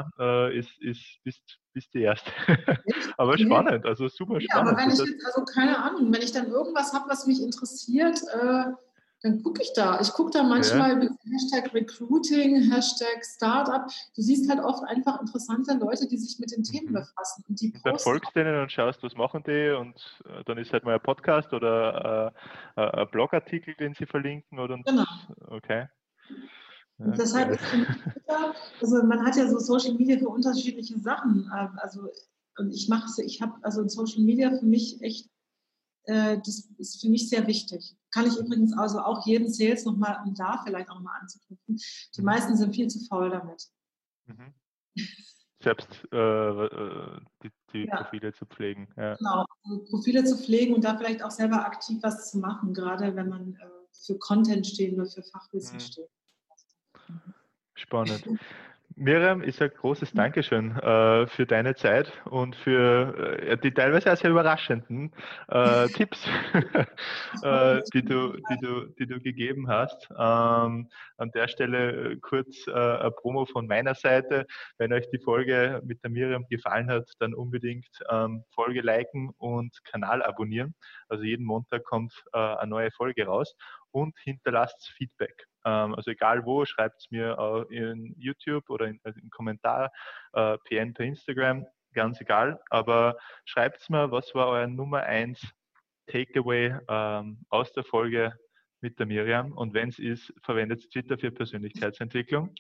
bist die Erste. Echt? Aber Okay. spannend, also super Ja, aber spannend. wenn Das ich heißt, jetzt, also keine Ahnung, wenn ich dann irgendwas habe, was mich interessiert, dann gucke ich da. Ich gucke da ja. manchmal Hashtag Recruiting, Hashtag Startup. Du siehst halt oft einfach interessante Leute, die sich mit den Themen Mhm. befassen und die Und dann posten. folgst du denen und schaust, was machen die und dann ist halt mal ein Podcast oder ein Blogartikel, den sie verlinken oder und, Genau. okay, Und ja, deshalb geil. ist für mich Twitter, also man hat ja so Social Media für unterschiedliche Sachen. Also und ich habe also Social Media für mich echt, das ist für mich sehr wichtig. Kann ich Mhm. übrigens also auch jeden Sales nochmal, um da vielleicht auch mal anzuknüpfen. Die Mhm. meisten sind viel zu faul damit. Mhm. Selbst die Ja, Profile zu pflegen. Ja. genau. Also Profile zu pflegen und da vielleicht auch selber aktiv was zu machen, gerade wenn man für Content steht oder für Fachwissen Mhm. steht. Spannend. Miriam, ich sage großes Dankeschön für deine Zeit und für die teilweise auch sehr überraschenden Tipps, die du gegeben hast. An der Stelle kurz ein Promo von meiner Seite. Wenn euch die Folge mit der Miriam gefallen hat, dann unbedingt Folge liken und Kanal abonnieren. Also jeden Montag kommt eine neue Folge raus und hinterlasst Feedback. Also egal wo, schreibt es mir in YouTube oder im Kommentar, PN per Instagram, ganz egal. Aber schreibt es mir, was war euer Nummer 1 Takeaway aus der Folge mit der Miriam. Und wenn es ist, verwendet Twitter für Persönlichkeitsentwicklung.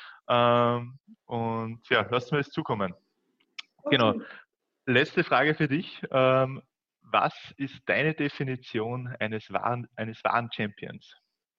Und ja, lasst mir es zukommen. Genau. Okay. Letzte Frage für dich. Was ist deine Definition eines wahren Champions?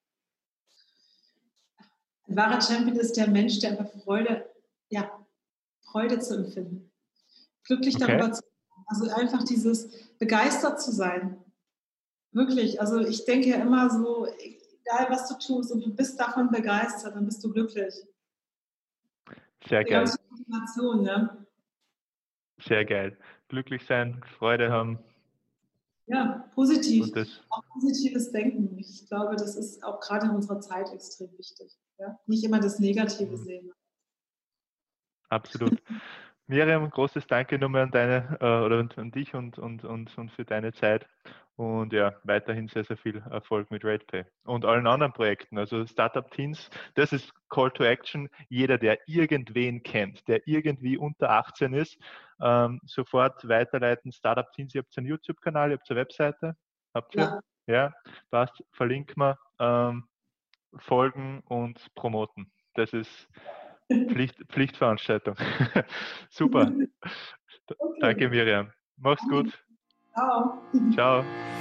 Ein wahrer Champion ist der Mensch, der einfach Freude zu empfinden, glücklich Okay. darüber zu sein. Also einfach dieses begeistert zu sein. Wirklich. Also ich denke ja immer so, egal was du tust und du bist davon begeistert, dann bist du glücklich. Sehr Die ganze geil. Motivation, ne? Sehr geil. Glücklich sein, Freude haben Ja, positiv. und das Auch positives Denken. Ich glaube, das ist auch gerade in unserer Zeit extrem wichtig. Ja? Nicht immer das Negative mhm, sehen. absolut. Miriam, großes Danke nochmal an deine oder an dich und für deine Zeit. Und ja, weiterhin sehr, sehr viel Erfolg mit RatePay und allen anderen Projekten. Also Startup Teens, das ist Call to Action. Jeder, der irgendwen kennt, der irgendwie unter 18 ist, sofort weiterleiten. Startup Teens, ihr habt einen YouTube-Kanal, ihr habt eine Webseite, habt ihr? Ja, Ja, passt, verlinken wir, folgen und promoten. Das ist Pflichtveranstaltung. Super. Okay. Danke, Miriam. Mach's gut. Ciao. Ciao.